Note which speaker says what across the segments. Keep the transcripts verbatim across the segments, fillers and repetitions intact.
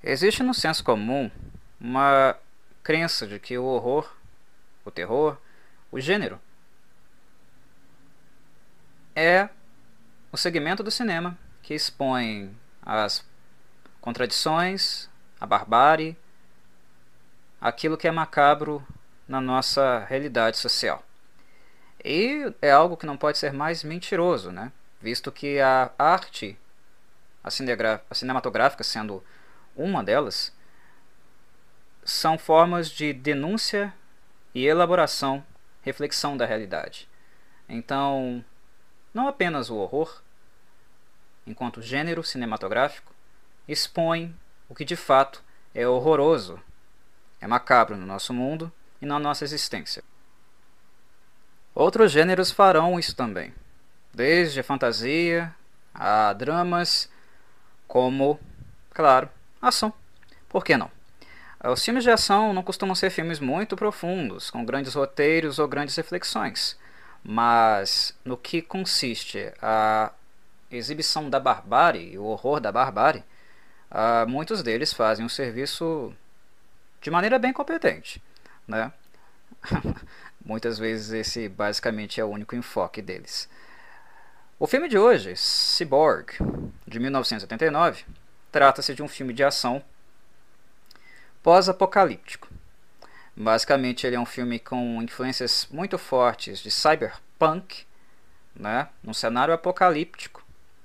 Speaker 1: Existe no senso comum uma crença de que o horror, o terror, o gênero é o segmento do cinema que expõe as contradições, a barbárie, aquilo que é macabro na nossa realidade social. E é algo que não pode ser mais mentiroso, né? Visto que a arte, a cinematográfica sendo uma delas, são formas de denúncia e elaboração, reflexão da realidade. Então, não apenas o horror, enquanto gênero cinematográfico, expõe o que de fato é horroroso, é macabro no nosso mundo e na nossa existência. Outros gêneros farão isso também, desde a fantasia a dramas, como, claro, ação. Por que não? Os filmes de ação não costumam ser filmes muito profundos, com grandes roteiros ou grandes reflexões, mas no que consiste a exibição da barbárie e o horror da barbárie, uh, muitos deles fazem um serviço de maneira bem competente, né? Muitas vezes esse basicamente é o único enfoque deles. O filme de hoje, Cyborg, de mil novecentos e oitenta e nove, trata-se de um filme de ação pós-apocalíptico. Basicamente ele é um filme com influências muito fortes de cyberpunk, né, num cenário apocalíptico,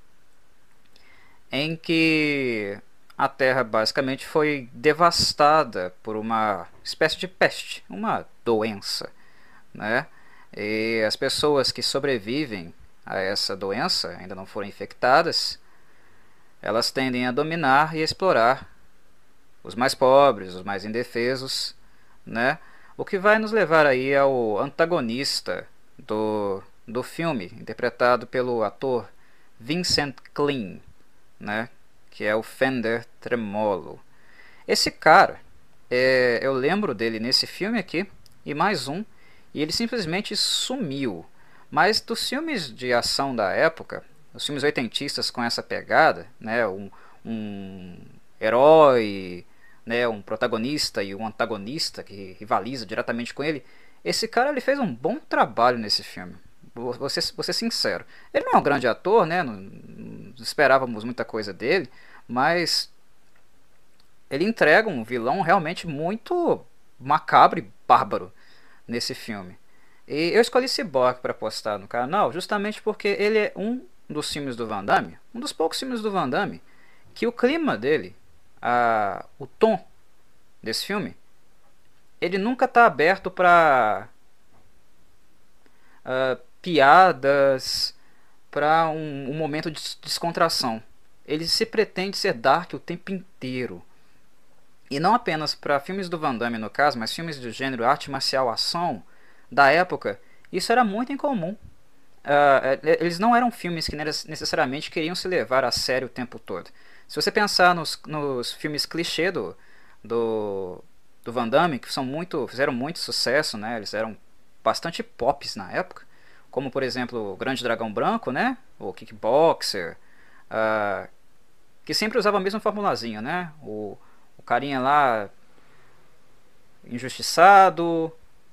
Speaker 1: em que a Terra basicamente foi devastada por uma espécie de peste, uma doença, né? E as pessoas que sobrevivem a essa doença, ainda não foram infectadas, elas tendem a dominar e explorar os mais pobres, os mais indefesos, né? O que vai nos levar aí ao antagonista do, do filme, interpretado pelo ator Vincent Clean, né? Que é o Fender Tremolo. Esse cara, é, eu lembro dele nesse filme aqui, e mais um, e ele simplesmente sumiu. Mas dos filmes de ação da época, os filmes oitentistas com essa pegada, né, um, um herói, né, um protagonista e um antagonista que rivaliza diretamente com ele, esse cara ele fez um bom trabalho nesse filme. Vou, vou, ser, vou ser sincero. Ele não é um grande ator, né, não, não esperávamos muita coisa dele, mas ele entrega um vilão realmente muito macabro e bárbaro nesse filme. E eu escolhi Cyborg para postar no canal justamente porque ele é um dos filmes do Van Damme, um dos poucos filmes do Van Damme, que o clima dele, a, o tom desse filme, ele nunca está aberto para uh, piadas, para um, um momento de descontração. Ele se pretende ser dark o tempo inteiro. E não apenas para filmes do Van Damme no caso, mas filmes do gênero arte marcial ação da época, isso era muito incomum. Uh, eles não eram filmes que necessariamente queriam se levar a sério o tempo todo. Se você pensar nos, nos filmes clichê do, do, do Van Damme, que são muito, fizeram muito sucesso, né? Eles eram bastante pops na época, como por exemplo o Grande Dragão Branco, né? O Kickboxer, uh, que sempre usava a mesma formulazinha, né? O, o carinha lá injustiçado,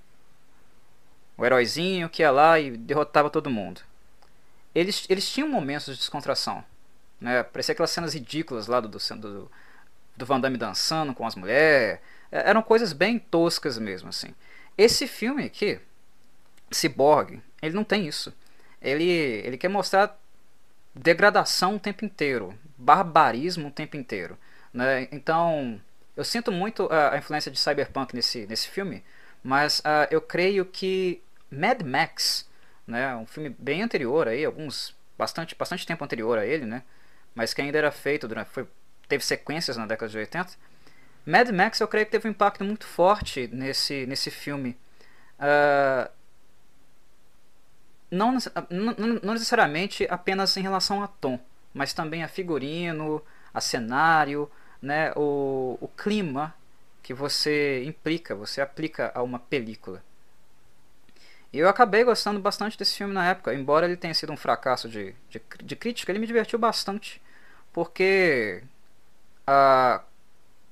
Speaker 1: o heróizinho que ia lá e derrotava todo mundo. Eles, eles tinham momentos de descontração, né? Parecia aquelas cenas ridículas lá do, do, do Van Damme dançando com as mulheres. Eram coisas bem toscas mesmo, assim. Esse filme aqui, Cyborg, ele não tem isso. Ele, ele quer mostrar degradação o tempo inteiro, barbarismo o tempo inteiro, né? Então, eu sinto muito a, a influência de cyberpunk nesse, nesse filme, mas uh, eu creio que Mad Max, né, um filme bem anterior aí, alguns bastante bastante tempo anterior a ele, né, mas que ainda era feito durante, foi, teve sequências na década de oitenta. Mad Max eu creio que teve um impacto muito forte nesse nesse filme. Uh, não, não, não necessariamente apenas em relação a tom, mas também a figurino, a cenário, né, o, o clima que você implica, você aplica a uma película. E eu acabei gostando bastante desse filme na época, embora ele tenha sido um fracasso de, de, de crítica, ele me divertiu bastante, porque a,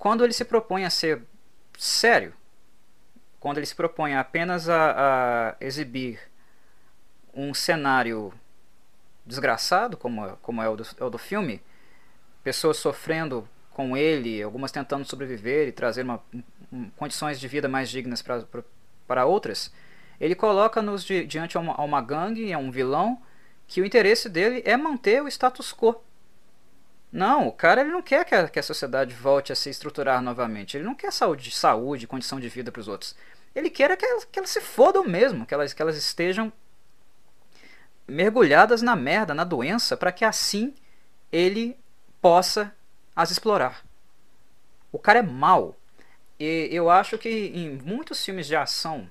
Speaker 1: quando ele se propõe a ser sério, quando ele se propõe apenas a, a exibir um cenário desgraçado, como, como é, o do, é o do filme, pessoas sofrendo com ele, algumas tentando sobreviver e trazer uma, um, condições de vida mais dignas pra, pra, para outras, ele coloca-nos di, diante a uma, a uma gangue, a um vilão, que o interesse dele é manter o status quo. Não, o cara ele não quer que a, que a sociedade volte a se estruturar novamente. Ele não quer saúde, saúde, condição de vida para os outros. Ele quer é que elas, que elas se fodam mesmo, que elas, que elas estejam mergulhadas na merda, na doença, para que assim ele possa as explorar. O cara é mau. E eu acho que em muitos filmes de ação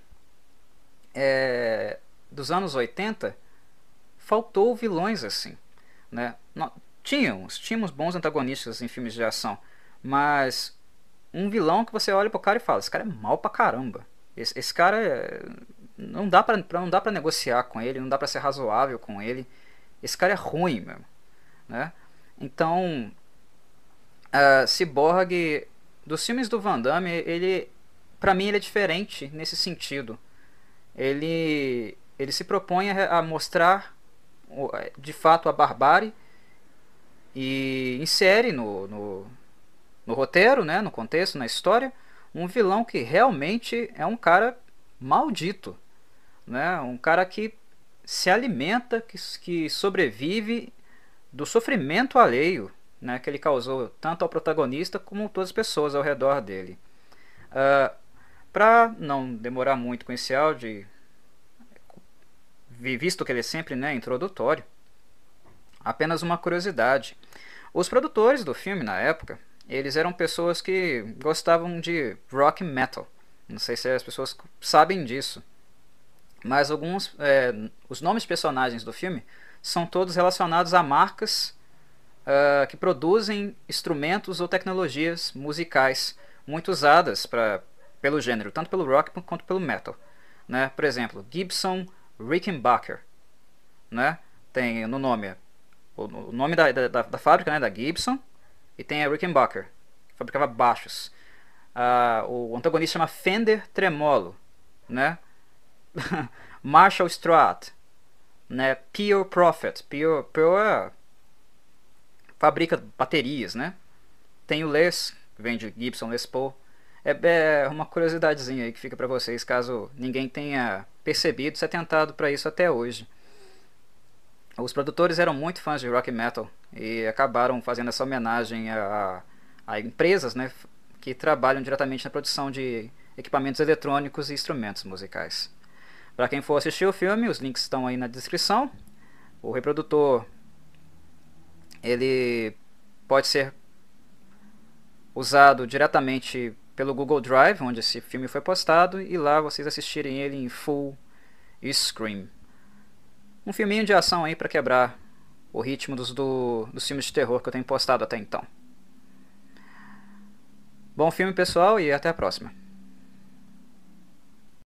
Speaker 1: é, dos anos oitenta faltou vilões assim, né? Tínhamos, tínhamos bons antagonistas em filmes de ação, mas um vilão que você olha pro cara e fala, esse cara é mal pra caramba. Esse, esse cara é, não dá pra, não dá pra negociar com ele, não dá pra ser razoável com ele. Esse cara é ruim mesmo, né? Então, uh, Cyborg, dos filmes do Van Damme, ele, pra mim ele é diferente nesse sentido. Ele, ele se propõe a, a mostrar de fato a barbárie e insere no, no, no roteiro, né, no contexto, na história, um vilão que realmente é um cara maldito, né, um cara que se alimenta, que, que sobrevive do sofrimento alheio, né, que ele causou tanto ao protagonista como a todas as pessoas ao redor dele. Uh, Para não demorar muito com esse áudio, visto que ele é sempre, né, introdutório, apenas uma curiosidade. Os produtores do filme na época, eles eram pessoas que gostavam de rock metal. Não sei se as pessoas sabem disso, mas alguns, é, os nomes de personagens do filme são todos relacionados a marcas uh, que produzem instrumentos ou tecnologias musicais muito usadas pra, pelo gênero, tanto pelo rock quanto pelo metal, né? Por exemplo, Gibson Rickenbacker, né? Tem no nome o nome da, da, da fábrica, né, da Gibson, e tem a Rickenbacker, que fabricava baixos. Ah, o antagonista chama Fender Tremolo, né? Marshall Strat, né? Pure Prophet, Pure, Pure fabrica baterias, né? Tem o Les, que vem de Gibson Les Paul. É, é uma curiosidadezinha aí que fica para vocês, caso ninguém tenha percebido, se atentado para isso até hoje. Os produtores eram muito fãs de rock metal e acabaram fazendo essa homenagem a, a empresas, né, que trabalham diretamente na produção de equipamentos eletrônicos e instrumentos musicais. Para quem for assistir o filme, os links estão aí na descrição. O reprodutor ele pode ser usado diretamente pelo Google Drive, onde esse filme foi postado, e lá vocês assistirem ele em full screen. Um filminho de ação aí para quebrar o ritmo dos, do, dos filmes de terror que eu tenho postado até então. Bom filme, pessoal, e até a próxima.